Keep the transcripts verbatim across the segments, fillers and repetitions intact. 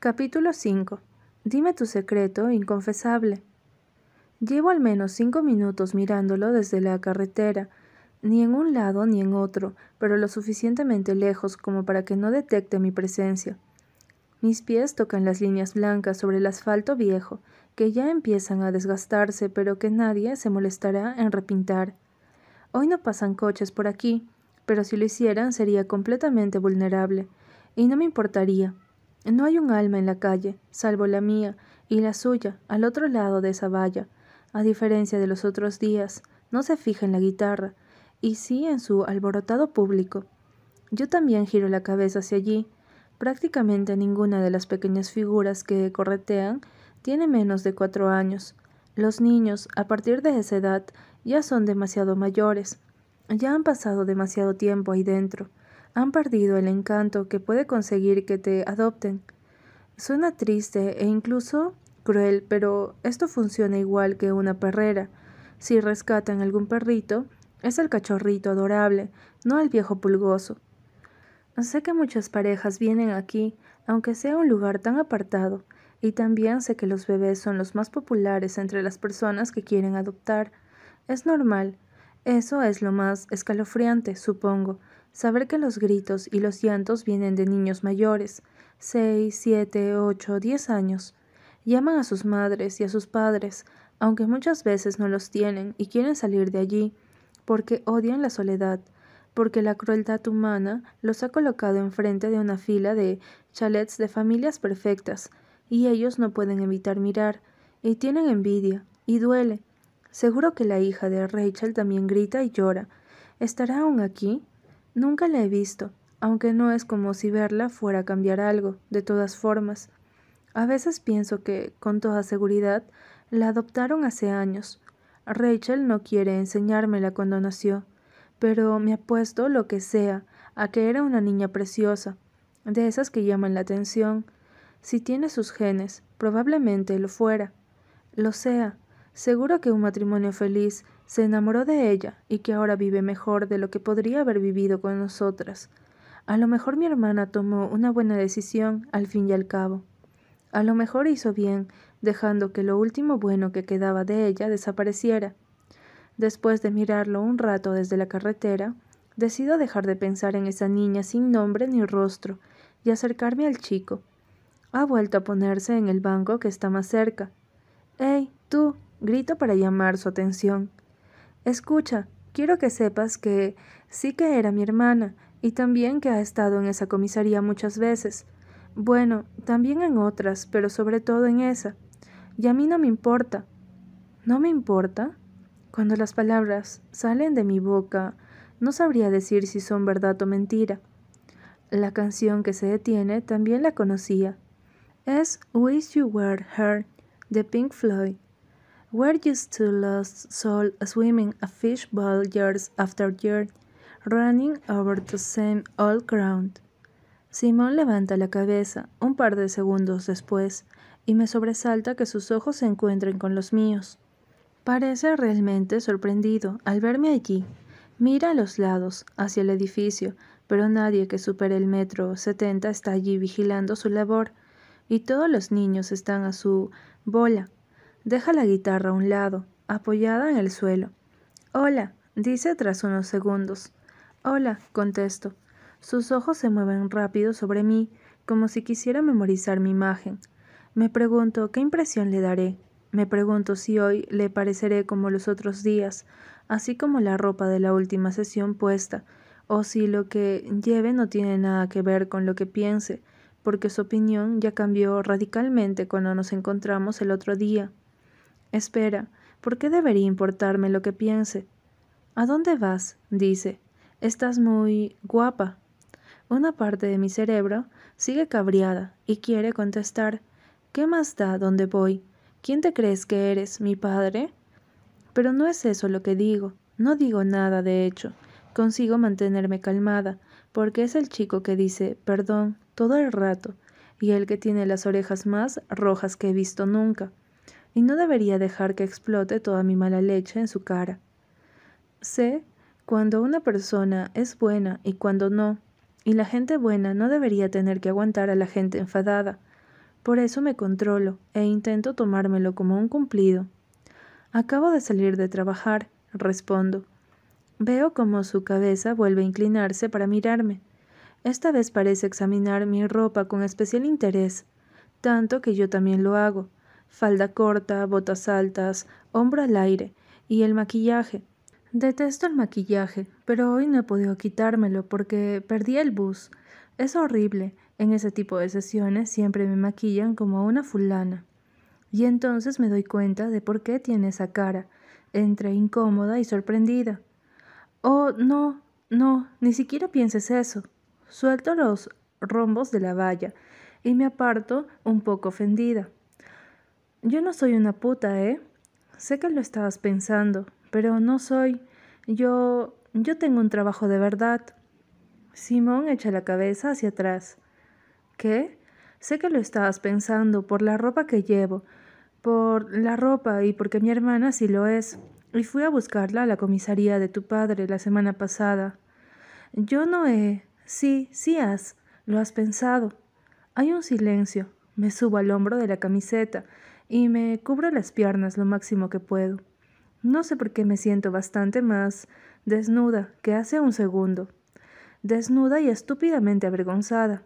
Capítulo cinco. Dime tu secreto inconfesable. Llevo al menos cinco minutos mirándolo desde la carretera, ni en un lado ni en otro, pero lo suficientemente lejos como para que no detecte mi presencia. Mis pies tocan las líneas blancas sobre el asfalto viejo, que ya empiezan a desgastarse, pero que nadie se molestará en repintar. Hoy no pasan coches por aquí, pero si lo hicieran sería completamente vulnerable, y no me importaría. No hay un alma en la calle, salvo la mía y la suya, al otro lado de esa valla. A diferencia de los otros días, no se fija en la guitarra, y sí en su alborotado público. Yo también giro la cabeza hacia allí. Prácticamente ninguna de las pequeñas figuras que corretean tiene menos de cuatro años. Los niños, a partir de esa edad, ya son demasiado mayores. Ya han pasado demasiado tiempo ahí dentro. Han perdido el encanto que puede conseguir que te adopten. Suena triste e incluso cruel, pero esto funciona igual que una perrera. Si rescatan algún perrito, es el cachorrito adorable, no el viejo pulgoso. Sé que muchas parejas vienen aquí, aunque sea un lugar tan apartado, y también sé que los bebés son los más populares entre las personas que quieren adoptar. Es normal. Eso es lo más escalofriante, supongo, saber que los gritos y los llantos vienen de niños mayores, seis, siete, ocho, diez años. Llaman a sus madres y a sus padres, aunque muchas veces no los tienen y quieren salir de allí, porque odian la soledad, porque la crueldad humana los ha colocado enfrente de una fila de chalets de familias perfectas, y ellos no pueden evitar mirar, y tienen envidia, y duele. Seguro que la hija de Rachel también grita y llora. ¿Estará aún aquí? Nunca la he visto, aunque no es como si verla fuera a cambiar algo, de todas formas. A veces pienso que, con toda seguridad, la adoptaron hace años. Rachel no quiere enseñármela cuando nació, pero me apuesto lo que sea a que era una niña preciosa, de esas que llaman la atención. Si tiene sus genes, probablemente lo fuera. Lo sea. Seguro que un matrimonio feliz se enamoró de ella y que ahora vive mejor de lo que podría haber vivido con nosotras. A lo mejor mi hermana tomó una buena decisión al fin y al cabo. A lo mejor hizo bien dejando que lo último bueno que quedaba de ella desapareciera. Después de mirarlo un rato desde la carretera, decido dejar de pensar en esa niña sin nombre ni rostro y acercarme al chico. Ha vuelto a ponerse en el banco que está más cerca. «¡Hey, tú!», grito para llamar su atención. «Escucha, quiero que sepas que sí que era mi hermana y también que ha estado en esa comisaría muchas veces. Bueno, también en otras, pero sobre todo en esa. Y a mí no me importa». ¿No me importa? Cuando las palabras salen de mi boca, no sabría decir si son verdad o mentira. La canción que se detiene también la conocía. Es Wish You Were Here, de Pink Floyd. Were you still lost soul swimming a fishbowl years after year, running over the same old ground? Simón levanta la cabeza un par de segundos después y me sobresalta que sus ojos se encuentren con los míos. Parece realmente sorprendido al verme allí. Mira a los lados, hacia el edificio, pero nadie que supere el metro setenta está allí vigilando su labor, y todos los niños están a su bola. Deja la guitarra a un lado, apoyada en el suelo. «Hola», dice tras unos segundos. «Hola», contesto. Sus ojos se mueven rápido sobre mí, como si quisiera memorizar mi imagen. Me pregunto qué impresión le daré. Me pregunto si hoy le pareceré como los otros días, así como la ropa de la última sesión puesta, o si lo que lleve no tiene nada que ver con lo que piense, porque su opinión ya cambió radicalmente cuando nos encontramos el otro día. Espera, ¿por qué debería importarme lo que piense? «¿A dónde vas?», dice. «Estás muy guapa». Una parte de mi cerebro sigue cabreada y quiere contestar. «¿Qué más da dónde voy? ¿Quién te crees que eres, mi padre?». Pero no es eso lo que digo. No digo nada, de hecho. Consigo mantenerme calmada, porque es el chico que dice «perdón» todo el rato, y el que tiene las orejas más rojas que he visto nunca. Y no debería dejar que explote toda mi mala leche en su cara. Sé cuando una persona es buena y cuando no, y la gente buena no debería tener que aguantar a la gente enfadada. Por eso me controlo e intento tomármelo como un cumplido. Acabo de salir de trabajar, respondo. Veo como su cabeza vuelve a inclinarse para mirarme. Esta vez parece examinar mi ropa con especial interés, tanto que yo también lo hago. Falda corta, botas altas, hombro al aire, y el maquillaje. Detesto el maquillaje, pero hoy no he podido quitármelo porque perdí el bus. Es horrible. En ese tipo de sesiones siempre me maquillan como una fulana. Y entonces me doy cuenta de por qué tiene esa cara, entre incómoda y sorprendida. Oh, no, no, ni siquiera pienses eso. Suelto los rombos de la valla y me aparto un poco ofendida. Yo no soy una puta, ¿eh? Sé que lo estabas pensando, pero no soy. Yo... yo tengo un trabajo de verdad. Simón echa la cabeza hacia atrás. ¿Qué? Sé que lo estabas pensando por la ropa que llevo, por la ropa y porque mi hermana sí lo es. Y fui a buscarla a la comisaría de tu padre la semana pasada. Yo no he... Sí, sí has. Lo has pensado. Hay un silencio. Me subo al hombro de la camiseta y me cubro las piernas lo máximo que puedo. No sé por qué me siento bastante más desnuda que hace un segundo. Desnuda y estúpidamente avergonzada.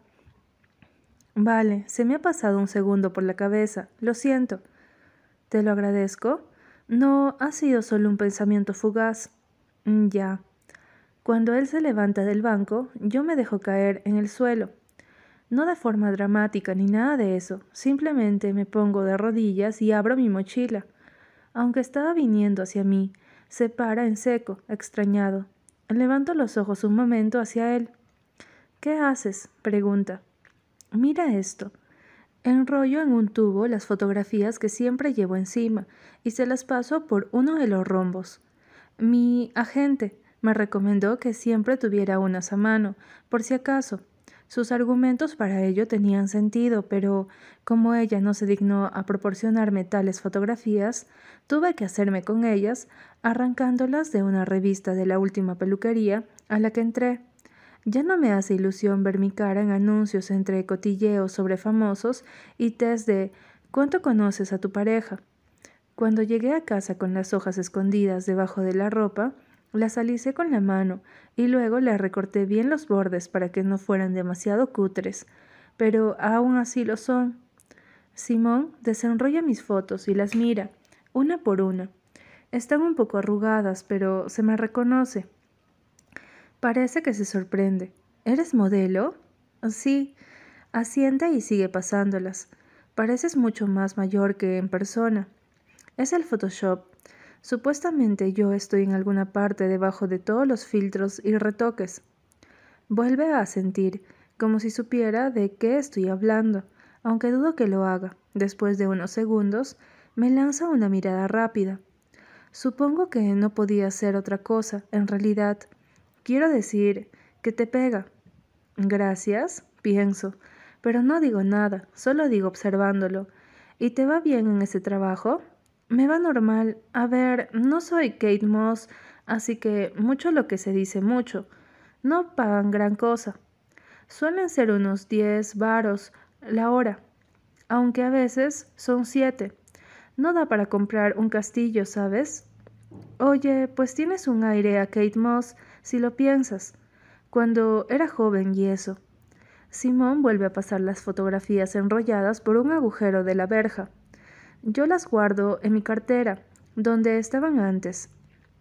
Vale, se me ha pasado un segundo por la cabeza. Lo siento. ¿Te lo agradezco? No, ha sido solo un pensamiento fugaz. Mm, ya. Cuando él se levanta del banco, yo me dejo caer en el suelo. No de forma dramática ni nada de eso, simplemente me pongo de rodillas y abro mi mochila. Aunque estaba viniendo hacia mí, se para en seco, extrañado. Levanto los ojos un momento hacia él. ¿Qué haces? Pregunta. Mira esto. Enrollo en un tubo las fotografías que siempre llevo encima y se las paso por uno de los rombos. Mi agente me recomendó que siempre tuviera unas a mano, por si acaso. Sus argumentos para ello tenían sentido, pero como ella no se dignó a proporcionarme tales fotografías, tuve que hacerme con ellas, arrancándolas de una revista de la última peluquería a la que entré. Ya no me hace ilusión ver mi cara en anuncios entre cotilleos sobre famosos y test de ¿cuánto conoces a tu pareja? Cuando llegué a casa con las hojas escondidas debajo de la ropa, las alicé con la mano y luego le recorté bien los bordes para que no fueran demasiado cutres, pero aún así lo son. Simón desenrolla mis fotos y las mira, una por una. Están un poco arrugadas, pero se me reconoce. Parece que se sorprende. ¿Eres modelo? Sí. Asiente y sigue pasándolas. Pareces mucho más mayor que en persona. Es el Photoshop. Supuestamente yo estoy en alguna parte debajo de todos los filtros y retoques. Vuelve a asentir, como si supiera de qué estoy hablando, aunque dudo que lo haga. Después de unos segundos, me lanza una mirada rápida. Supongo que no podía ser otra cosa, en realidad. Quiero decir, que te pega. Gracias, pienso, pero no digo nada, solo digo observándolo. ¿Y te va bien en ese trabajo? Me va normal. A ver, no soy Kate Moss, así que mucho lo que se dice mucho. No pagan gran cosa. Suelen ser unos diez varos la hora, aunque a veces son siete. No da para comprar un castillo, ¿sabes? Oye, pues tienes un aire a Kate Moss, si lo piensas. Cuando era joven y eso. Simón vuelve a pasar las fotografías enrolladas por un agujero de la verja. Yo las guardo en mi cartera, donde estaban antes.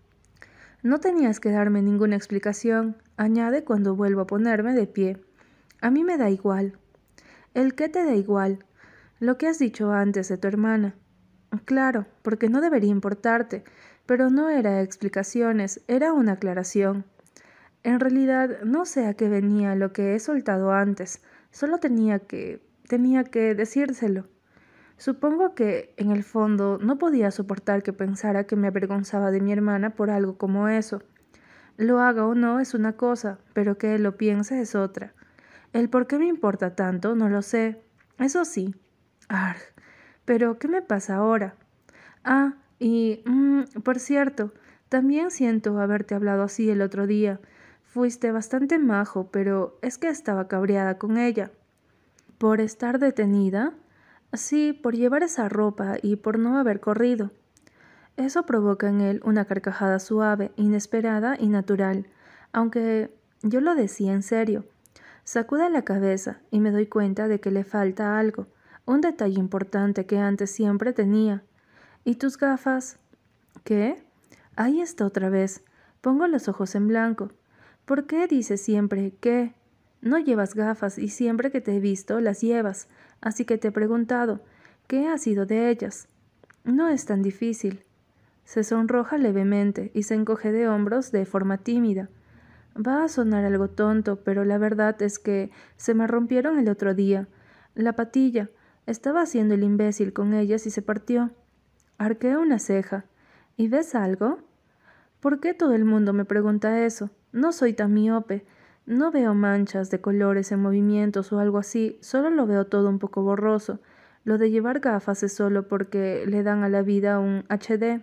No tenías que darme ninguna explicación, añade cuando vuelvo a ponerme de pie. A mí me da igual. ¿El qué te da igual? Lo que has dicho antes de tu hermana. Claro, porque no debería importarte, pero no era explicaciones, era una aclaración. En realidad no sé a qué venía lo que he soltado antes, solo tenía que... tenía que decírselo. Supongo que, en el fondo, no podía soportar que pensara que me avergonzaba de mi hermana por algo como eso. Lo haga o no es una cosa, pero que él lo piense es otra. El por qué me importa tanto no lo sé. Eso sí. Arg. Pero, ¿qué me pasa ahora? Ah, y, mm, por cierto, también siento haberte hablado así el otro día. Fuiste bastante majo, pero es que estaba cabreada con ella. ¿Por estar detenida? Sí, por llevar esa ropa y por no haber corrido. Eso provoca en él una carcajada suave, inesperada y natural, aunque yo lo decía en serio. Sacude la cabeza y me doy cuenta de que le falta algo, un detalle importante que antes siempre tenía. ¿Y tus gafas? ¿Qué? Ahí está otra vez. Pongo los ojos en blanco. ¿Por qué dices siempre que? No llevas gafas y siempre que te he visto las llevas, así que te he preguntado, ¿qué ha sido de ellas? No es tan difícil. Se sonroja levemente y se encoge de hombros de forma tímida. Va a sonar algo tonto, pero la verdad es que se me rompieron el otro día. La patilla. Estaba haciendo el imbécil con ellas y se partió. Arqué una ceja. ¿Y ves algo? ¿Por qué todo el mundo me pregunta eso? No soy tan miope. No veo manchas de colores en movimientos o algo así, solo lo veo todo un poco borroso. Lo de llevar gafas es solo porque le dan a la vida un H D.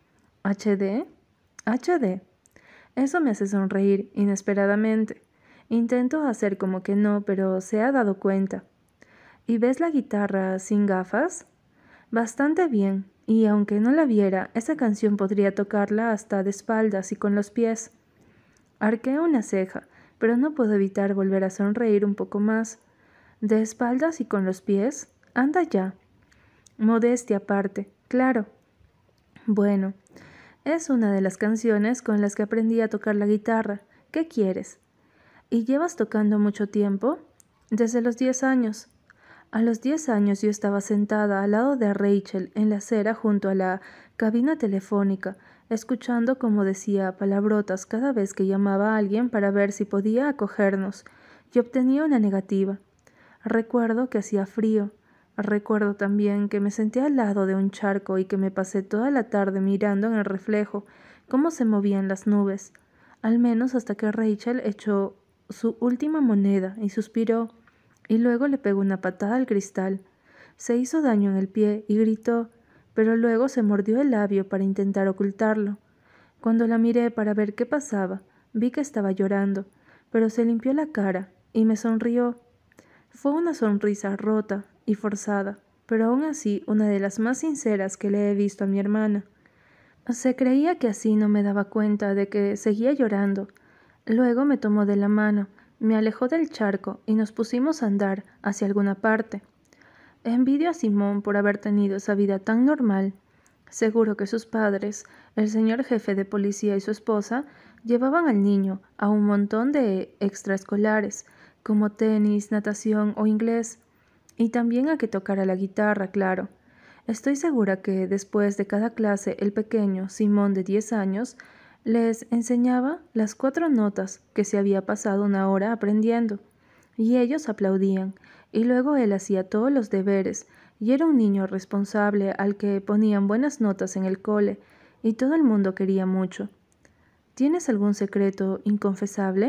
¿H D? H D. Eso me hace sonreír inesperadamente. Intento hacer como que no, pero se ha dado cuenta. ¿Y ves la guitarra sin gafas? Bastante bien, y aunque no la viera, esa canción podría tocarla hasta de espaldas y con los pies. Arqueo una ceja, pero no puedo evitar volver a sonreír un poco más. ¿De espaldas y con los pies? Anda ya. Modestia aparte, claro. Bueno, es una de las canciones con las que aprendí a tocar la guitarra. ¿Qué quieres? ¿Y llevas tocando mucho tiempo? Desde los diez años. A los diez años yo estaba sentada al lado de Rachel en la acera junto a la cabina telefónica, escuchando como decía palabrotas cada vez que llamaba a alguien para ver si podía acogernos, y obtenía una negativa. Recuerdo que hacía frío. Recuerdo también que me senté al lado de un charco y que me pasé toda la tarde mirando en el reflejo cómo se movían las nubes, al menos hasta que Rachel echó su última moneda y suspiró, y luego le pegó una patada al cristal. Se hizo daño en el pie y gritó, pero luego se mordió el labio para intentar ocultarlo. Cuando la miré para ver qué pasaba, vi que estaba llorando, pero se limpió la cara y me sonrió. Fue una sonrisa rota y forzada, pero aún así una de las más sinceras que le he visto a mi hermana. Se creía que así no me daba cuenta de que seguía llorando. Luego me tomó de la mano, me alejó del charco y nos pusimos a andar hacia alguna parte. Envidio a Simón por haber tenido esa vida tan normal. Seguro que sus padres, el señor jefe de policía y su esposa, llevaban al niño a un montón de extraescolares, como tenis, natación o inglés, y también a que tocara la guitarra, claro. Estoy segura que después de cada clase el pequeño Simón de diez años les enseñaba las cuatro notas que se había pasado una hora aprendiendo, y ellos aplaudían, y luego él hacía todos los deberes, y era un niño responsable al que ponían buenas notas en el cole, y todo el mundo quería mucho. ¿Tienes algún secreto inconfesable?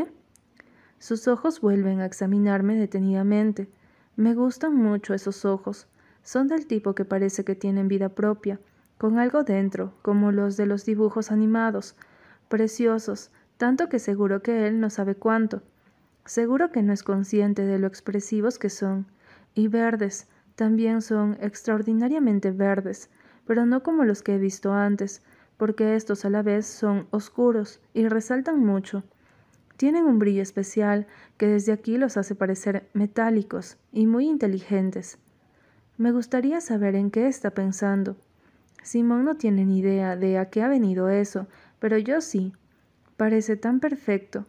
Sus ojos vuelven a examinarme detenidamente. Me gustan mucho esos ojos. Son del tipo que parece que tienen vida propia, con algo dentro, como los de los dibujos animados, preciosos, tanto que seguro que él no sabe cuánto. Seguro que no es consciente de lo expresivos que son. Y verdes, también son extraordinariamente verdes, pero no como los que he visto antes, porque estos a la vez son oscuros y resaltan mucho. Tienen un brillo especial que desde aquí los hace parecer metálicos y muy inteligentes. Me gustaría saber en qué está pensando. Simón no tiene ni idea de a qué ha venido eso, pero yo sí. Parece tan perfecto.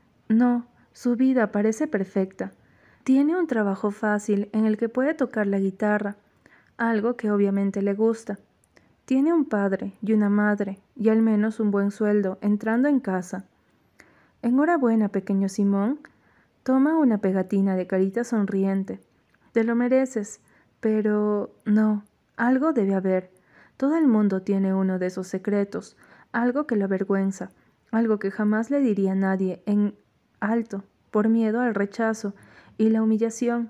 No, su vida parece perfecta. Tiene un trabajo fácil en el que puede tocar la guitarra, algo que obviamente le gusta. Tiene un padre y una madre, y al menos un buen sueldo entrando en casa. Enhorabuena, pequeño Simón. Toma una pegatina de carita sonriente. Te lo mereces, pero no, algo debe haber. Todo el mundo tiene uno de esos secretos, algo que lo avergüenza, algo que jamás le diría a nadie en alto, por miedo al rechazo y la humillación.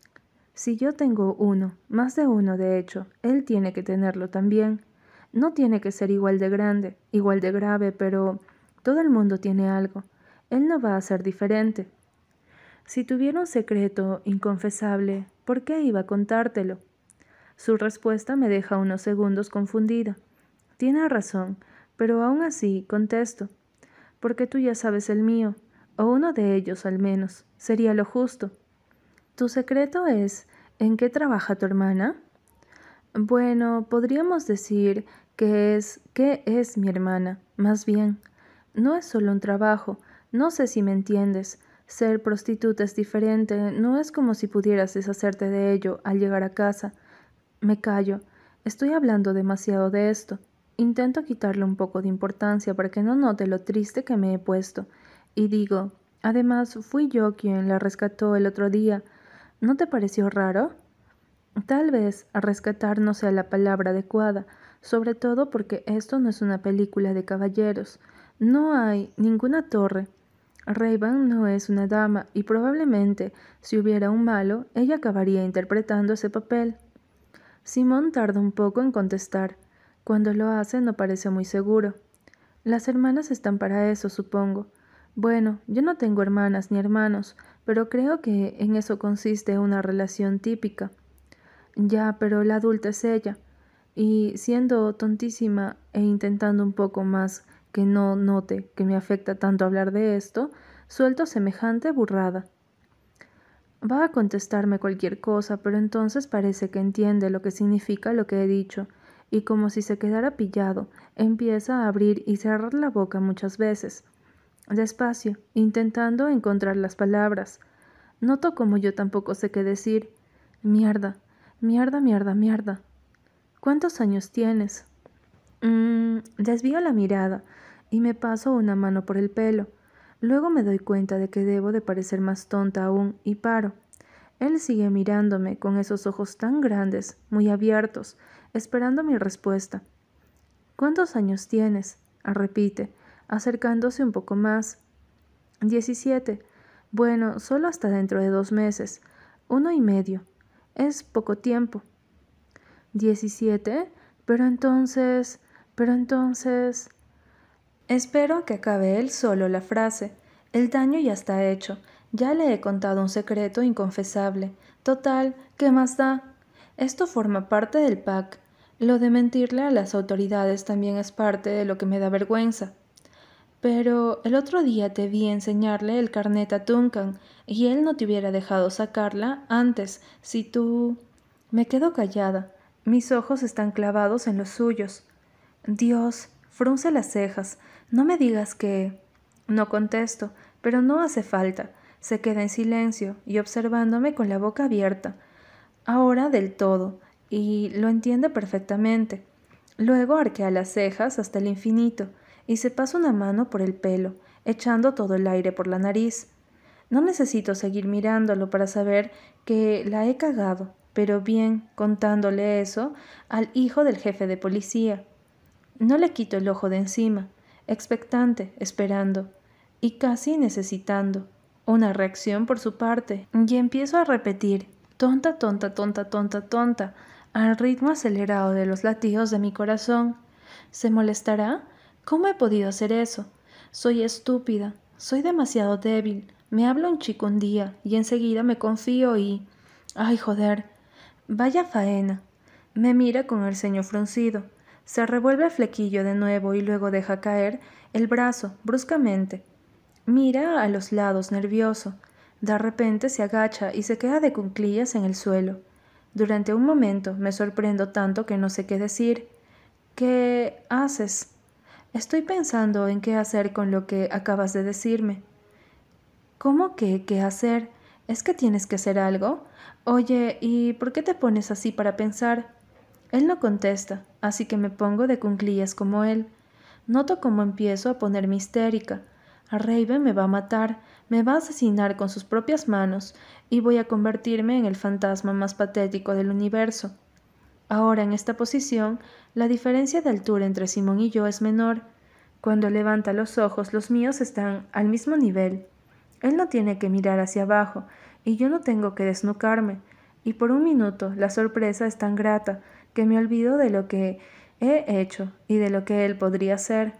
Si yo tengo uno, más de uno de hecho, él tiene que tenerlo también. No tiene que ser igual de grande, igual de grave, pero todo el mundo tiene algo. Él no va a ser diferente. Si tuviera un secreto inconfesable, ¿por qué iba a contártelo? Su respuesta me deja unos segundos confundida. Tiene razón, pero aún así contesto. Porque tú ya sabes el mío, o uno de ellos al menos, sería lo justo. ¿Tu secreto es en qué trabaja tu hermana? Bueno, podríamos decir que es qué es mi hermana, más bien. No es solo un trabajo, no sé si me entiendes. Ser prostituta es diferente, no es como si pudieras deshacerte de ello al llegar a casa. Me callo, estoy hablando demasiado de esto. Intento quitarle un poco de importancia para que no note lo triste que me he puesto. Y digo, además fui yo quien la rescató el otro día. ¿No te pareció raro? Tal vez rescatar no sea la palabra adecuada, sobre todo porque esto no es una película de caballeros. No hay ninguna torre. Ray-Ban no es una dama y probablemente, si hubiera un malo, ella acabaría interpretando ese papel. Simón tarda un poco en contestar. Cuando lo hace no parece muy seguro. Las hermanas están para eso, supongo. Bueno, yo no tengo hermanas ni hermanos, pero creo que en eso consiste una relación típica. Ya, pero la adulta es ella. Y siendo tontísima e intentando un poco más que no note que me afecta tanto hablar de esto, suelto semejante burrada. Va a contestarme cualquier cosa, pero entonces parece que entiende lo que significa lo que he dicho, y como si se quedara pillado, empieza a abrir y cerrar la boca muchas veces. Despacio, intentando encontrar las palabras. Noto como yo tampoco sé qué decir. Mierda, mierda, mierda, mierda. ¿Cuántos años tienes? Mm, desvío la mirada y me paso una mano por el pelo. Luego me doy cuenta de que debo de parecer más tonta aún y paro. Él sigue mirándome con esos ojos tan grandes, muy abiertos, esperando mi respuesta. ¿Cuántos años tienes? Repite, acercándose un poco más. Diecisiete. Bueno, solo hasta dentro de dos meses. Uno y medio. Es poco tiempo. ¿Diecisiete? Pero entonces... Pero entonces... Espero que acabe él solo la frase. El daño ya está hecho. Ya le he contado un secreto inconfesable. Total, ¿qué más da? Esto forma parte del pack. Lo de mentirle a las autoridades también es parte de lo que me da vergüenza. Pero el otro día te vi enseñarle el carnet a Duncan y él no te hubiera dejado sacarla antes, si tú... Me quedo callada. Mis ojos están clavados en los suyos. Dios, frunce las cejas. No me digas que... No contesto, pero no hace falta. Se queda en silencio y observándome con la boca abierta. Ahora del todo, y lo entiende perfectamente. Luego arquea las cejas hasta el infinito y se pasa una mano por el pelo, echando todo el aire por la nariz. No necesito seguir mirándolo para saber que la he cagado, pero bien contándole eso al hijo del jefe de policía. No le quito el ojo de encima, expectante, esperando, y casi necesitando una reacción por su parte, y empiezo a repetir, tonta, tonta, tonta, tonta, tonta, al ritmo acelerado de los latidos de mi corazón. ¿Se molestará? ¿Cómo he podido hacer eso? Soy estúpida, soy demasiado débil. Me habla un chico un día y enseguida me confío y... ¡Ay, joder! Vaya faena. Me mira con el ceño fruncido. Se revuelve el flequillo de nuevo y luego deja caer el brazo bruscamente. Mira a los lados nervioso. De repente se agacha y se queda de cuclillas en el suelo. Durante un momento me sorprendo tanto que no sé qué decir. ¿Qué haces? Estoy pensando en qué hacer con lo que acabas de decirme. ¿Cómo que qué hacer? ¿Es que tienes que hacer algo? Oye, ¿y por qué te pones así para pensar? Él no contesta, así que me pongo de cuclillas como él. Noto cómo empiezo a ponerme histérica. A Raven me va a matar, me va a asesinar con sus propias manos, y voy a convertirme en el fantasma más patético del universo. Ahora, en esta posición, la diferencia de altura entre Simón y yo es menor. Cuando levanta los ojos, los míos están al mismo nivel. Él no tiene que mirar hacia abajo, y yo no tengo que desnucarme. Y por un minuto la sorpresa es tan grata que me olvido de lo que he hecho y de lo que él podría ser.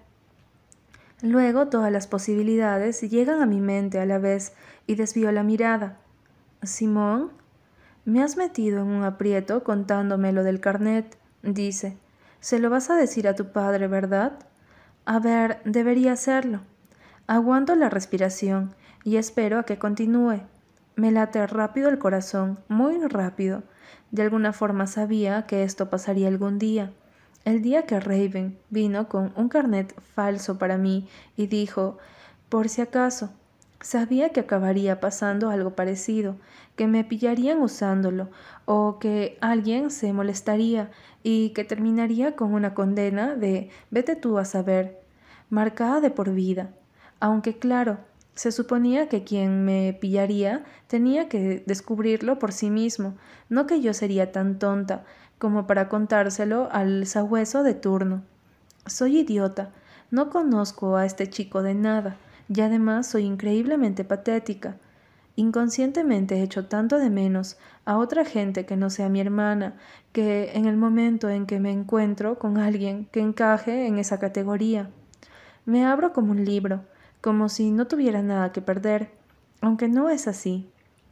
Luego todas las posibilidades llegan a mi mente a la vez y desvío la mirada. ¿Simón? Me has metido en un aprieto contándome lo del carnet, dice. Se lo vas a decir a tu padre, ¿verdad? A ver, debería hacerlo. Aguanto la respiración y espero a que continúe. Me late rápido el corazón, muy rápido. De alguna forma sabía que esto pasaría algún día. El día que Raven vino con un carnet falso para mí y dijo, por si acaso, sabía que acabaría pasando algo parecido, que me pillarían usándolo, o que alguien se molestaría y que terminaría con una condena de vete tú a saber, marcada de por vida. Aunque claro, se suponía que quien me pillaría tenía que descubrirlo por sí mismo, no que yo sería tan tonta como para contárselo al sabueso de turno. Soy idiota, no conozco a este chico de nada, y además soy increíblemente patética. Inconscientemente he hecho tanto de menos a otra gente que no sea mi hermana, que en el momento en que me encuentro con alguien que encaje en esa categoría, me abro como un libro, como si no tuviera nada que perder, aunque no es así.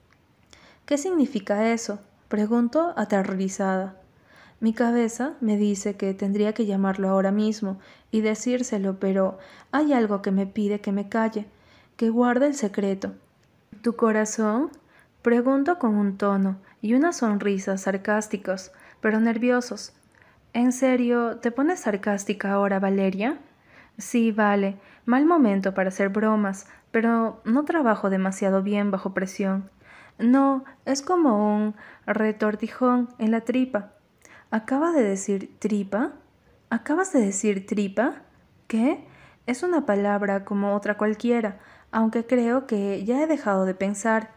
¿Qué significa eso? Pregunto aterrorizada. Mi cabeza me dice que tendría que llamarlo ahora mismo y decírselo, pero hay algo que me pide que me calle, que guarde el secreto. ¿Tu corazón? Pregunto con un tono y una sonrisa sarcásticos, pero nerviosos. ¿En serio te pones sarcástica ahora, Valeria? Sí, vale, mal momento para hacer bromas, pero no trabajo demasiado bien bajo presión. No, es como un retortijón en la tripa. ¿Acaba de decir tripa? ¿Acabas de decir tripa? ¿Qué? Es una palabra como otra cualquiera, aunque creo que ya he dejado de pensar.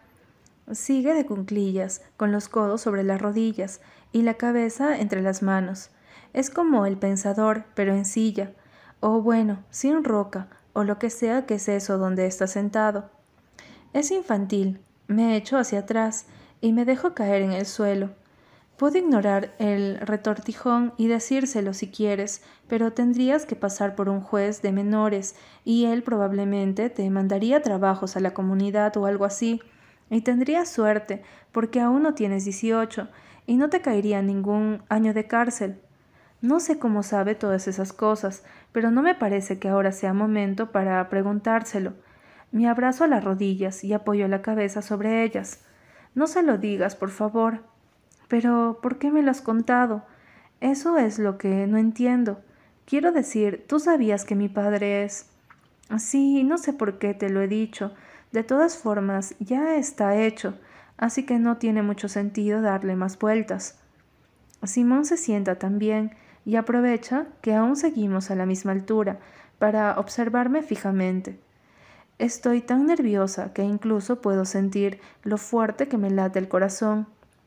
Sigue de cuclillas, con los codos sobre las rodillas y la cabeza entre las manos. Es como el pensador, pero en silla, o bueno, sin roca, o lo que sea que es eso donde está sentado. Es infantil. Me echo hacia atrás y me dejo caer en el suelo. Puedo ignorar el retortijón y decírselo si quieres, pero tendrías que pasar por un juez de menores y él probablemente te mandaría trabajos a la comunidad o algo así. Y tendrías suerte, porque aún no tienes dieciocho y no te caería ningún año de cárcel. No sé cómo sabe todas esas cosas, pero no me parece que ahora sea momento para preguntárselo. Me abrazo a las rodillas y apoyo la cabeza sobre ellas. No se lo digas, por favor. Pero, ¿por qué me lo has contado? Eso es lo que no entiendo. Quiero decir, tú sabías que mi padre es... Sí, no sé por qué te lo he dicho. De todas formas, ya está hecho, así que no tiene mucho sentido darle más vueltas. Simón se sienta también y aprovecha que aún seguimos a la misma altura para observarme fijamente. Estoy tan nerviosa que incluso puedo sentir lo fuerte que me late el corazón.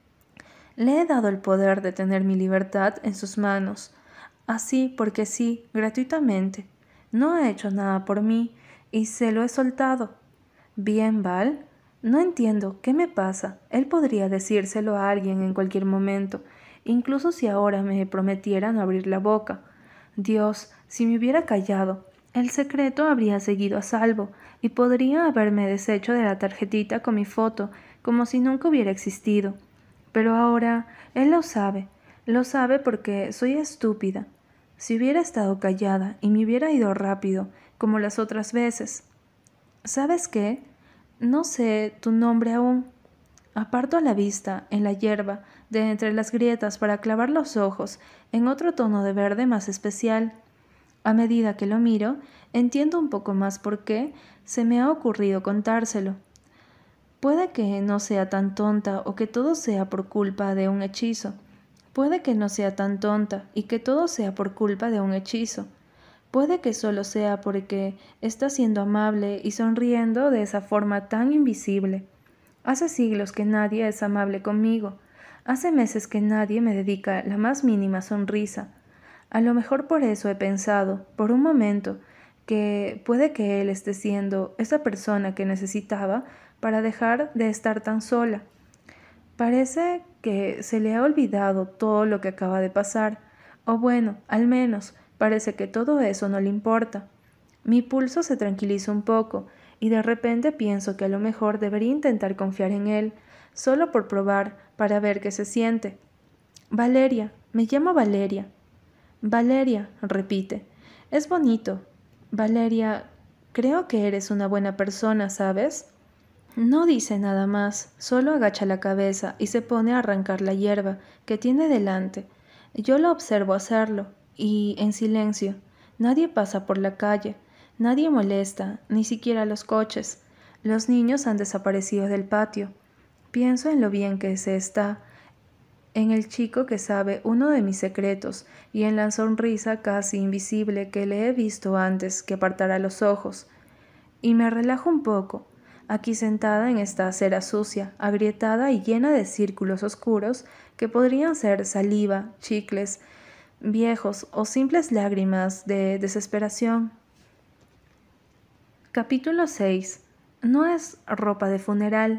Le he dado el poder de tener mi libertad en sus manos, así porque sí, gratuitamente. No ha hecho nada por mí y se lo he soltado. Bien, Val, no entiendo qué me pasa. Él podría decírselo a alguien en cualquier momento, incluso si ahora me prometiera no abrir la boca. Dios, si me hubiera callado, el secreto habría seguido a salvo y podría haberme deshecho de la tarjetita con mi foto, como si nunca hubiera existido. Pero ahora él lo sabe, lo sabe porque soy estúpida. Si hubiera estado callada y me hubiera ido rápido, como las otras veces. ¿Sabes qué? No sé tu nombre aún. Aparto la vista en la hierba de entre las grietas para clavar los ojos en otro tono de verde más especial. A medida que lo miro, entiendo un poco más por qué se me ha ocurrido contárselo. Puede que no sea tan tonta o que todo sea por culpa de un hechizo. Puede que no sea tan tonta y que todo sea por culpa de un hechizo. Puede que solo sea porque está siendo amable y sonriendo de esa forma tan invisible. Hace siglos que nadie es amable conmigo. Hace meses que nadie me dedica la más mínima sonrisa. A lo mejor por eso he pensado, por un momento, que puede que él esté siendo esa persona que necesitaba para dejar de estar tan sola. Parece que se le ha olvidado todo lo que acaba de pasar, o bueno, al menos parece que todo eso no le importa. Mi pulso se tranquiliza un poco y de repente pienso que a lo mejor debería intentar confiar en él, solo por probar, para ver qué se siente. Valeria, me llamo Valeria. Valeria, repite. Es bonito. Valeria, creo que eres una buena persona, ¿sabes? No dice nada más, solo agacha la cabeza y se pone a arrancar la hierba que tiene delante. Yo lo observo hacerlo, y en silencio. Nadie pasa por la calle, nadie molesta, ni siquiera los coches. Los niños han desaparecido del patio. Pienso en lo bien que se está, en el chico que sabe uno de mis secretos y en la sonrisa casi invisible que le he visto antes que apartara los ojos. Y me relajo un poco, aquí sentada en esta acera sucia, agrietada y llena de círculos oscuros que podrían ser saliva, chicles viejos o simples lágrimas de desesperación. Capítulo seis. No es ropa de funeral.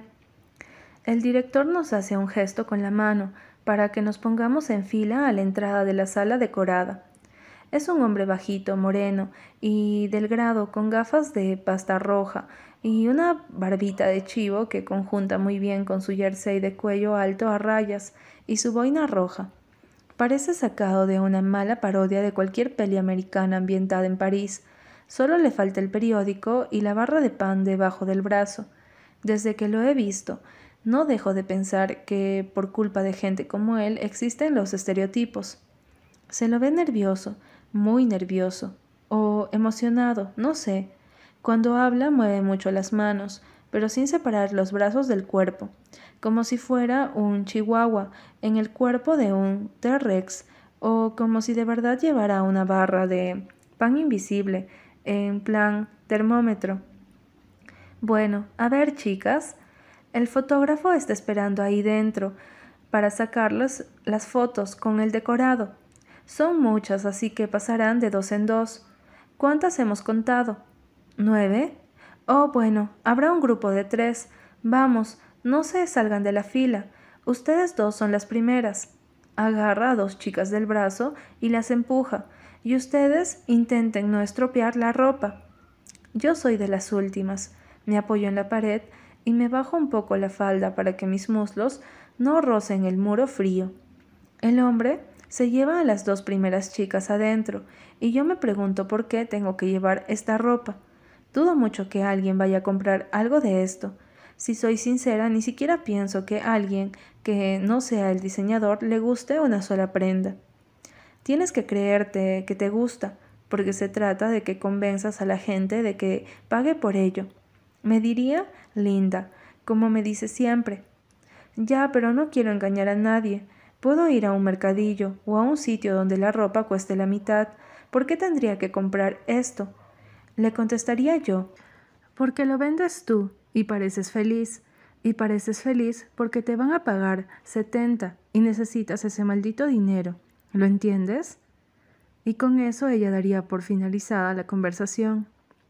El director nos hace un gesto con la mano para que nos pongamos en fila a la entrada de la sala decorada. Es un hombre bajito, moreno y delgado, con gafas de pasta roja y una barbita de chivo que conjunta muy bien con su jersey de cuello alto a rayas y su boina roja. Parece sacado de una mala parodia de cualquier peli americana ambientada en París. Solo le falta el periódico y la barra de pan debajo del brazo. Desde que lo he visto, no dejo de pensar que, por culpa de gente como él, existen los estereotipos. Se lo ve nervioso, muy nervioso, o emocionado, no sé. Cuando habla mueve mucho las manos, pero sin separar los brazos del cuerpo, como si fuera un chihuahua en el cuerpo de un T-Rex, o como si de verdad llevara una barra de pan invisible, en plan termómetro. Bueno, a ver, chicas, el fotógrafo está esperando ahí dentro para sacarles las fotos con el decorado. Son muchas, así que pasarán de dos en dos. ¿Cuántas hemos contado? ¿Nueve? Oh, bueno, habrá un grupo de tres. Vamos, no se salgan de la fila. Ustedes dos son las primeras. Agarra a dos chicas del brazo y las empuja, y ustedes intenten no estropear la ropa. Yo soy de las últimas. Me apoyo en la pared y me bajo un poco la falda para que mis muslos no rocen el muro frío. El hombre se lleva a las dos primeras chicas adentro, y yo me pregunto por qué tengo que llevar esta ropa. Dudo mucho que alguien vaya a comprar algo de esto. Si soy sincera, ni siquiera pienso que a alguien que no sea el diseñador le guste una sola prenda. Tienes que creerte que te gusta, porque se trata de que convenzas a la gente de que pague por ello. Me diría Linda, como me dice siempre. Ya, pero no quiero engañar a nadie. Puedo ir a un mercadillo o a un sitio donde la ropa cueste la mitad. ¿Por qué tendría que comprar esto? Le contestaría yo. Porque lo vendes tú y pareces feliz. Y pareces feliz porque te van a pagar setenta y necesitas ese maldito dinero. ¿Lo entiendes? Y con eso ella daría por finalizada la conversación.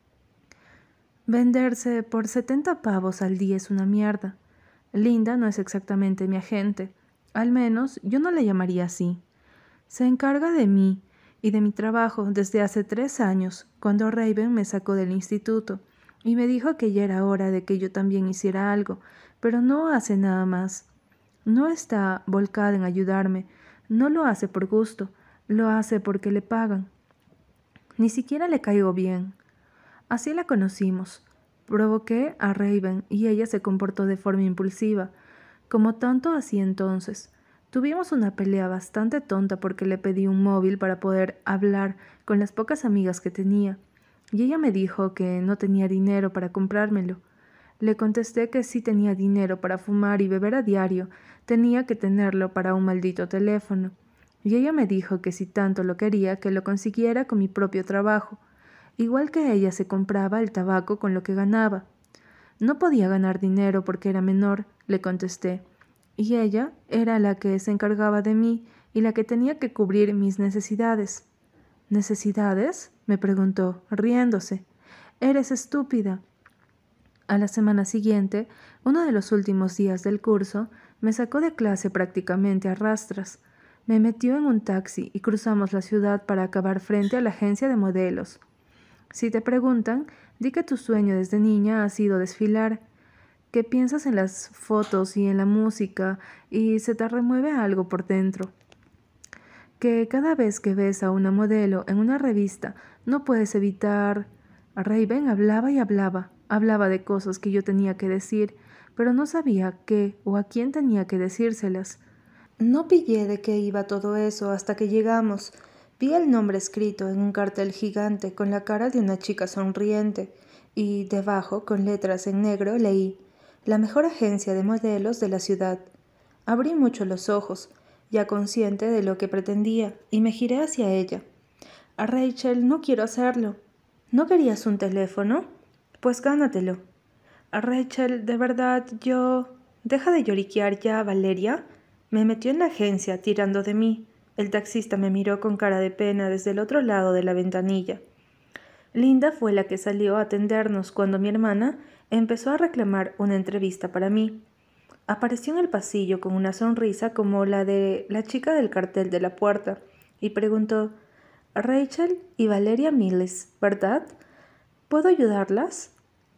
Venderse por setenta pavos al día es una mierda. Linda no es exactamente mi agente. Al menos yo no la llamaría así. Se encarga de mí y de mi trabajo desde hace tres años, cuando Raven me sacó del instituto y me dijo que ya era hora de que yo también hiciera algo, pero no hace nada más. No está volcada en ayudarme, no lo hace por gusto, lo hace porque le pagan. Ni siquiera le caigo bien. Así la conocimos. Provoqué a Raven y ella se comportó de forma impulsiva, como tanto hacía entonces. Tuvimos una pelea bastante tonta porque le pedí un móvil para poder hablar con las pocas amigas que tenía, y ella me dijo que no tenía dinero para comprármelo. Le contesté que sí tenía dinero para fumar y beber a diario, tenía que tenerlo para un maldito teléfono, y ella me dijo que si tanto lo quería, que lo consiguiera con mi propio trabajo, igual que ella se compraba el tabaco con lo que ganaba. No podía ganar dinero porque era menor, le contesté, y ella era la que se encargaba de mí y la que tenía que cubrir mis necesidades. ¿Necesidades?, me preguntó, riéndose. Eres estúpida. A la semana siguiente, uno de los últimos días del curso, me sacó de clase prácticamente a rastras. Me metió en un taxi y cruzamos la ciudad para acabar frente a la agencia de modelos. Si te preguntan, di que tu sueño desde niña ha sido desfilar, que piensas en las fotos y en la música y se te remueve algo por dentro. Que cada vez que ves a una modelo en una revista no puedes evitar... Raven hablaba y hablaba, hablaba de cosas que yo tenía que decir, pero no sabía qué o a quién tenía que decírselas. No pillé de qué iba todo eso hasta que llegamos. Vi el nombre escrito en un cartel gigante con la cara de una chica sonriente y debajo, con letras en negro, leí: la mejor agencia de modelos de la ciudad. Abrí mucho los ojos, ya consciente de lo que pretendía, y me giré hacia ella. A Rachel, no quiero hacerlo. ¿No querías un teléfono? Pues gánatelo. A Rachel, de verdad, yo... Deja de lloriquear ya, Valeria. Me metió en la agencia, tirando de mí. El taxista me miró con cara de pena desde el otro lado de la ventanilla. Linda fue la que salió a atendernos cuando mi hermana empezó a reclamar una entrevista para mí. Apareció en el pasillo con una sonrisa como la de la chica del cartel de la puerta y preguntó: Rachel y Valeria Mills, ¿verdad? ¿Puedo ayudarlas?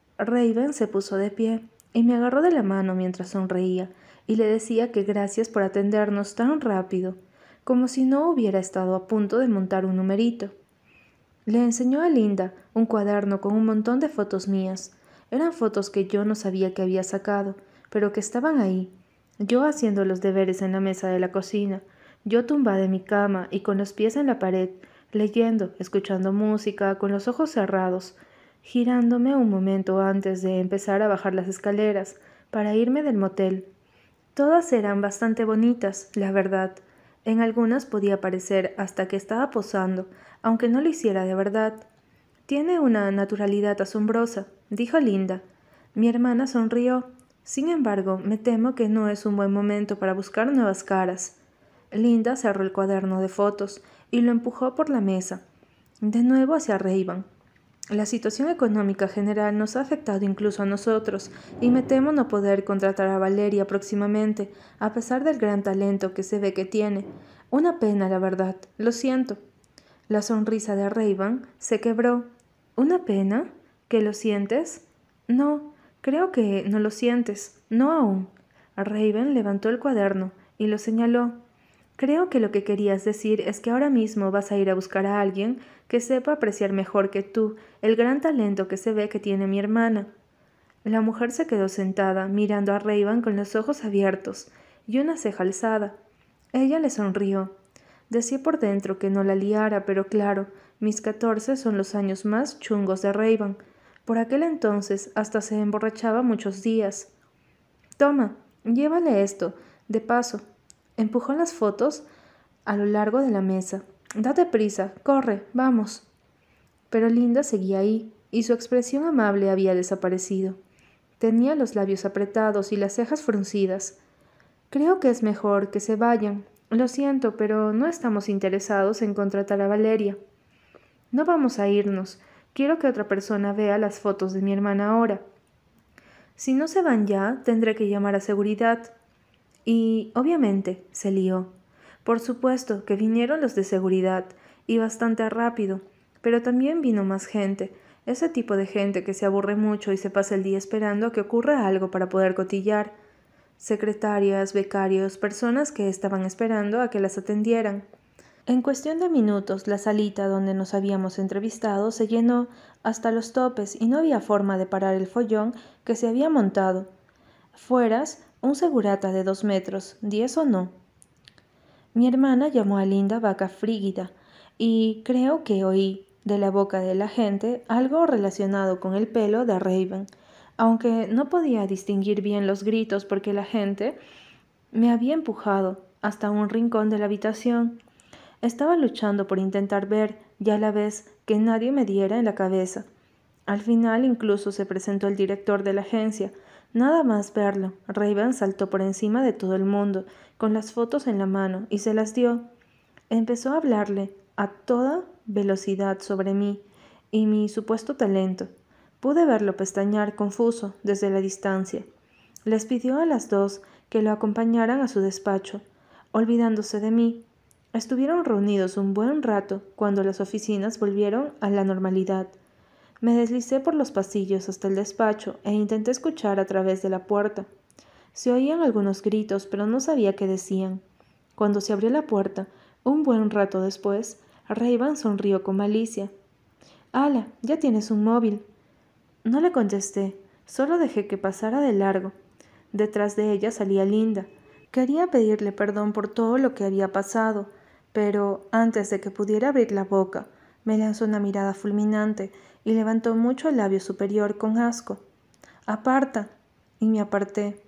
Raven se puso de pie y me agarró de la mano mientras sonreía y le decía que gracias por atendernos tan rápido, como si no hubiera estado a punto de montar un numerito. Le enseñó a Linda un cuaderno con un montón de fotos mías. Eran fotos que yo no sabía que había sacado, pero que estaban ahí. Yo haciendo los deberes en la mesa de la cocina, yo tumbada en mi cama y con los pies en la pared, leyendo, escuchando música, con los ojos cerrados, girándome un momento antes de empezar a bajar las escaleras para irme del motel. Todas eran bastante bonitas, la verdad. En algunas podía parecer hasta que estaba posando, aunque no lo hiciera de verdad. Tiene una naturalidad asombrosa, dijo Linda. Mi hermana sonrió. Sin embargo, me temo que no es un buen momento para buscar nuevas caras. Linda cerró el cuaderno de fotos y lo empujó por la mesa. De nuevo hacia Raven. La situación económica general nos ha afectado incluso a nosotros, y me temo no poder contratar a Valeria próximamente, a pesar del gran talento que se ve que tiene. Una pena, la verdad. Lo siento. La sonrisa de Raven se quebró. ¿Una pena? ¿Que lo sientes? No, creo que no lo sientes. No aún. Raven levantó el cuaderno y lo señaló. Creo que lo que querías decir es que ahora mismo vas a ir a buscar a alguien que sepa apreciar mejor que tú el gran talento que se ve que tiene mi hermana. La mujer se quedó sentada, mirando a Raven con los ojos abiertos y una ceja alzada. Ella le sonrió. Decía por dentro que no la liara, pero claro, mis catorce son los años más chungos de Raven. Por aquel entonces hasta se emborrachaba muchos días. Toma, llévale esto, de paso. Empujó las fotos a lo largo de la mesa. Date prisa, corre, vamos. Pero Linda seguía ahí, y su expresión amable había desaparecido. Tenía los labios apretados y las cejas fruncidas. Creo que es mejor que se vayan. Lo siento, pero no estamos interesados en contratar a Valeria. No vamos a irnos. Quiero que otra persona vea las fotos de mi hermana ahora. Si no se van ya, tendré que llamar a seguridad. Y, obviamente, se lió. Por supuesto que vinieron los de seguridad, y bastante rápido, pero también vino más gente, ese tipo de gente que se aburre mucho y se pasa el día esperando a que ocurra algo para poder cotillar. Secretarias, becarios, personas que estaban esperando a que las atendieran. En cuestión de minutos, la salita donde nos habíamos entrevistado se llenó hasta los topes y no había forma de parar el follón que se había montado. Fueras, un segurata de dos metros, diez o no. Mi hermana llamó a Linda vaca frígida, y creo que oí de la boca de la gente algo relacionado con el pelo de Raven, aunque no podía distinguir bien los gritos porque la gente me había empujado hasta un rincón de la habitación. Estaba luchando por intentar ver y a la vez que nadie me diera en la cabeza. Al final incluso se presentó el director de la agencia. Nada más verlo, Raven saltó por encima de todo el mundo, con las fotos en la mano, y se las dio. Empezó a hablarle a toda velocidad sobre mí y mi supuesto talento. Pude verlo pestañear confuso desde la distancia. Les pidió a las dos que lo acompañaran a su despacho, olvidándose de mí. Estuvieron reunidos un buen rato cuando las oficinas volvieron a la normalidad. Me deslicé por los pasillos hasta el despacho e intenté escuchar a través de la puerta. Se oían algunos gritos, pero no sabía qué decían. Cuando se abrió la puerta, un buen rato después, Ray-Ban sonrió con malicia. «Hala, ya tienes un móvil». No le contesté, solo dejé que pasara de largo. Detrás de ella salía Linda. Quería pedirle perdón por todo lo que había pasado, pero antes de que pudiera abrir la boca, me lanzó una mirada fulminante y levantó mucho el labio superior con asco. «Aparta», y me aparté.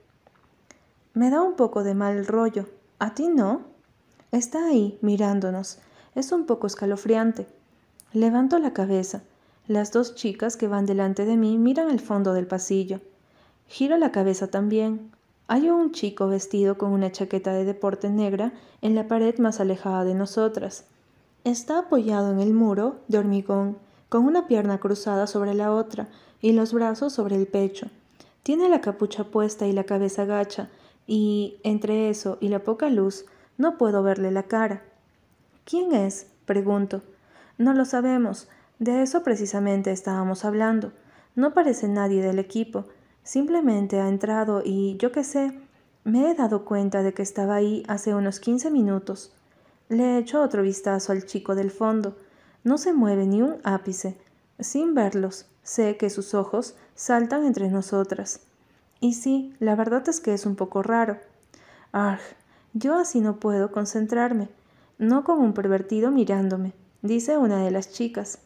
Me da un poco de mal rollo. ¿A ti no? Está ahí, mirándonos. Es un poco escalofriante. Levanto la cabeza. Las dos chicas que van delante de mí miran el fondo del pasillo. Giro la cabeza también. Hay un chico vestido con una chaqueta de deporte negra en la pared más alejada de nosotras. Está apoyado en el muro de hormigón, con una pierna cruzada sobre la otra y los brazos sobre el pecho. Tiene la capucha puesta y la cabeza gacha, y entre eso y la poca luz no puedo verle la cara. ¿Quién es?, pregunto. No lo sabemos. De eso precisamente estábamos hablando. No parece nadie del equipo. Simplemente ha entrado y, yo qué sé, me he dado cuenta de que estaba ahí hace unos quince minutos. Le he hecho otro vistazo al chico del fondo. No se mueve ni un ápice. Sin verlos, sé que sus ojos saltan entre nosotras. Y sí, la verdad es que es un poco raro. Arg, yo así no puedo concentrarme. No con un pervertido mirándome, dice una de las chicas.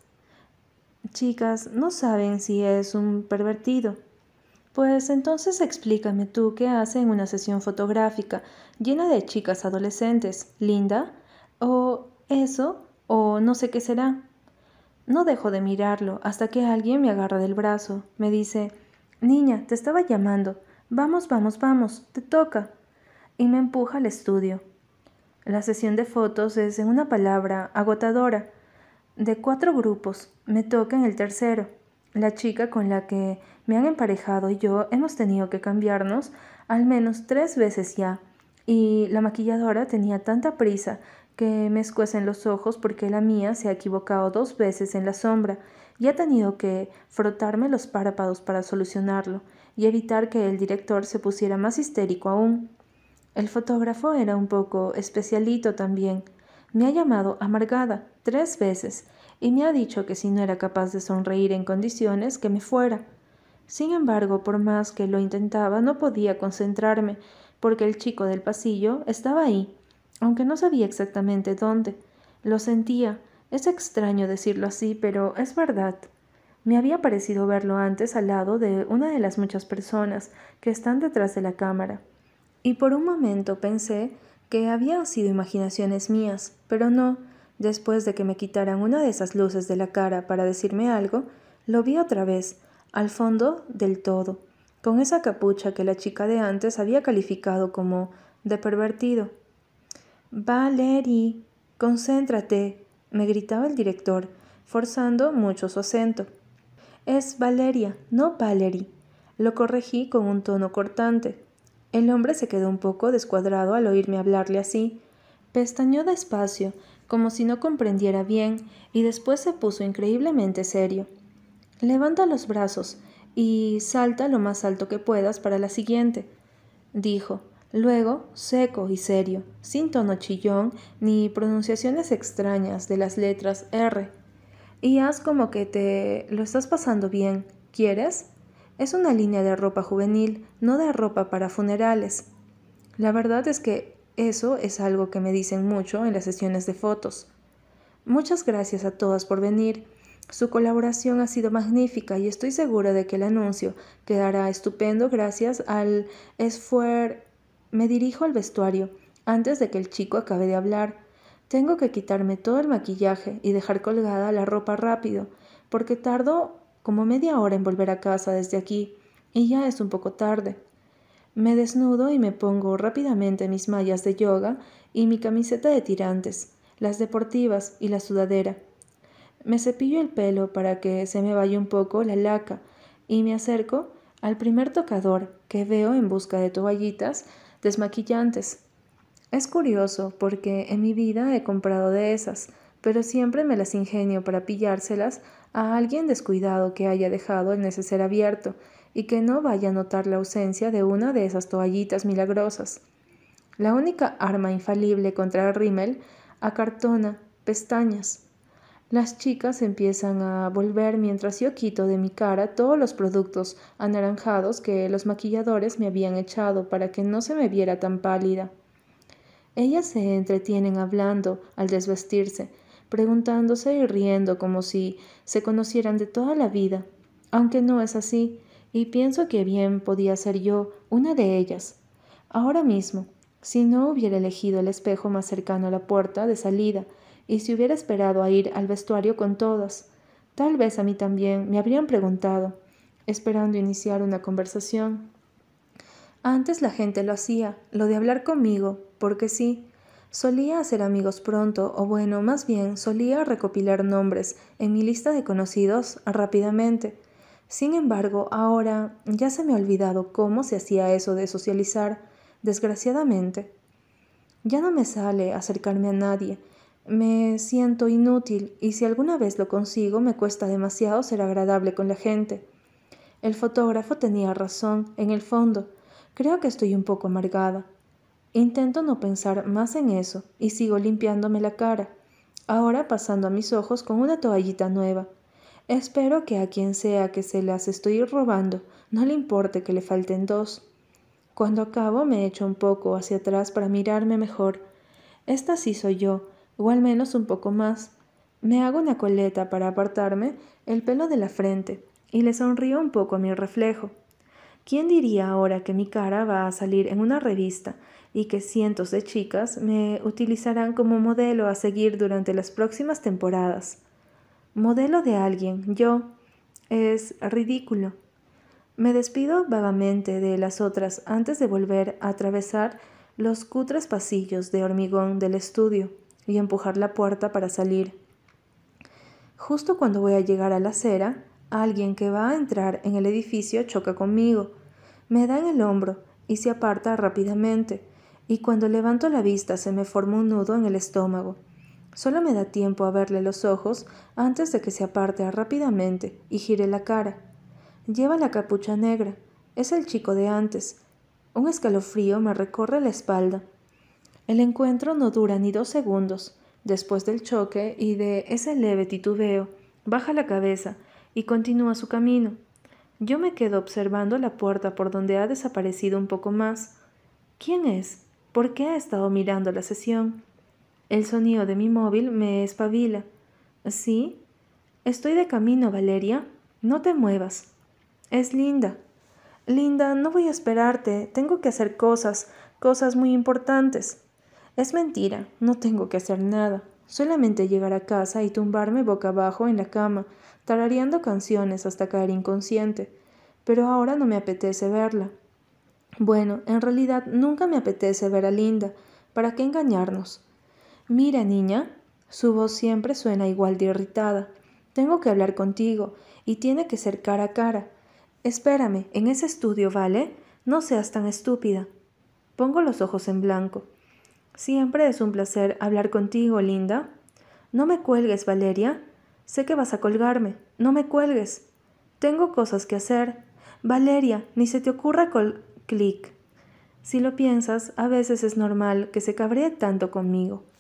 Chicas, no saben si es un pervertido. Pues entonces explícame tú qué hace en una sesión fotográfica llena de chicas adolescentes, Linda, o eso, o no sé qué será. No dejo de mirarlo hasta que alguien me agarra del brazo, me dice, «Niña, te estaba llamando. Vamos, vamos, vamos, te toca». Y me empuja al estudio. La sesión de fotos es, en una palabra, agotadora. De cuatro grupos, me toca en el tercero. La chica con la que me han emparejado y yo hemos tenido que cambiarnos al menos tres veces ya, y la maquilladora tenía tanta prisa que me escuecen los ojos porque la mía se ha equivocado dos veces en la sombra y ha tenido que frotarme los párpados para solucionarlo y evitar que el director se pusiera más histérico aún. El fotógrafo era un poco especialito también. Me ha llamado amargada tres veces y me ha dicho que si no era capaz de sonreír en condiciones, que me fuera. Sin embargo, por más que lo intentaba, no podía concentrarme, porque el chico del pasillo estaba ahí, aunque no sabía exactamente dónde. Lo sentía. Es extraño decirlo así, pero es verdad. Me había parecido verlo antes al lado de una de las muchas personas que están detrás de la cámara. Y por un momento pensé que habían sido imaginaciones mías, pero no. Después de que me quitaran una de esas luces de la cara para decirme algo, lo vi otra vez, al fondo del todo, con esa capucha que la chica de antes había calificado como de pervertido. «Valerie, concéntrate», me gritaba el director, forzando mucho su acento. «Es Valeria, no Valerie», lo corregí con un tono cortante. El hombre se quedó un poco descuadrado al oírme hablarle así. Pestañeó despacio, como si no comprendiera bien, y después se puso increíblemente serio. «Levanta los brazos y salta lo más alto que puedas para la siguiente», dijo. Luego, seco y serio, sin tono chillón ni pronunciaciones extrañas de las letras R. «Y haz como que te lo estás pasando bien. ¿Quieres? Es una línea de ropa juvenil, no de ropa para funerales». La verdad es que eso es algo que me dicen mucho en las sesiones de fotos. Muchas gracias a todas por venir. Su colaboración ha sido magnífica y estoy segura de que el anuncio quedará estupendo gracias al esfuerzo. Me dirijo al vestuario antes de que el chico acabe de hablar. Tengo que quitarme todo el maquillaje y dejar colgada la ropa rápido, porque tardo como media hora en volver a casa desde aquí, y ya es un poco tarde. Me desnudo y me pongo rápidamente mis mallas de yoga y mi camiseta de tirantes, las deportivas y la sudadera. Me cepillo el pelo para que se me vaya un poco la laca y me acerco al primer tocador que veo en busca de toallitas desmaquillantes. Es curioso porque en mi vida he comprado de esas, pero siempre me las ingenio para pillárselas a alguien descuidado que haya dejado el neceser abierto y que no vaya a notar la ausencia de una de esas toallitas milagrosas. La única arma infalible contra el rímel acartona pestañas. Las chicas empiezan a volver mientras yo quito de mi cara todos los productos anaranjados que los maquilladores me habían echado para que no se me viera tan pálida. Ellas se entretienen hablando al desvestirse, preguntándose y riendo como si se conocieran de toda la vida, aunque no es así, y pienso que bien podía ser yo una de ellas. Ahora mismo, si no hubiera elegido el espejo más cercano a la puerta de salida, y si hubiera esperado a ir al vestuario con todas, tal vez a mí también me habrían preguntado, esperando iniciar una conversación. Antes la gente lo hacía, lo de hablar conmigo, porque sí. Solía hacer amigos pronto, o bueno, más bien solía recopilar nombres en mi lista de conocidos rápidamente. Sin embargo, ahora ya se me ha olvidado cómo se hacía eso de socializar, desgraciadamente. Ya no me sale acercarme a nadie. Me siento inútil y si alguna vez lo consigo me cuesta demasiado ser agradable con la gente. El fotógrafo tenía razón, en el fondo. Creo que estoy un poco amargada. Intento no pensar más en eso y sigo limpiándome la cara, ahora pasando a mis ojos con una toallita nueva. Espero que a quien sea que se las estoy robando no le importe que le falten dos. Cuando acabo me echo un poco hacia atrás para mirarme mejor. Esta sí soy yo, o al menos un poco más. Me hago una coleta para apartarme el pelo de la frente y le sonrío un poco a mi reflejo. ¿Quién diría ahora que mi cara va a salir en una revista y que cientos de chicas me utilizarán como modelo a seguir durante las próximas temporadas? Modelo de alguien, yo. Es ridículo. Me despido vagamente de las otras antes de volver a atravesar los cutres pasillos de hormigón del estudio y empujar la puerta para salir. Justo cuando voy a llegar a la acera, alguien que va a entrar en el edificio choca conmigo, me da en el hombro y se aparta rápidamente, y cuando levanto la vista se me forma un nudo en el estómago. Solo me da tiempo a verle los ojos antes de que se aparte rápidamente y gire la cara. Lleva la capucha negra, es el chico de antes. Un escalofrío me recorre la espalda. El encuentro no dura ni dos segundos. Después del choque y de ese leve titubeo, baja la cabeza y continúa su camino. Yo me quedo observando la puerta por donde ha desaparecido un poco más. ¿Quién es? ¿Por qué ha estado mirando la sesión? El sonido de mi móvil me espabila. ¿Sí? Estoy de camino, Valeria. No te muevas. Es Linda. Linda, no voy a esperarte. Tengo que hacer cosas, cosas muy importantes. Es mentira, no tengo que hacer nada. Solamente llegar a casa y tumbarme boca abajo en la cama, tarareando canciones hasta caer inconsciente. Pero ahora no me apetece verla. Bueno, en realidad nunca me apetece ver a Linda. ¿Para qué engañarnos? Mira, niña. Su voz siempre suena igual de irritada. Tengo que hablar contigo, y tiene que ser cara a cara. Espérame, en ese estudio, ¿vale? No seas tan estúpida. Pongo los ojos en blanco. Siempre es un placer hablar contigo, Linda. No me cuelgues, Valeria. Sé que vas a colgarme. No me cuelgues. Tengo cosas que hacer. Valeria, ni se te ocurra col... clic. Si lo piensas, a veces es normal que se cabree tanto conmigo.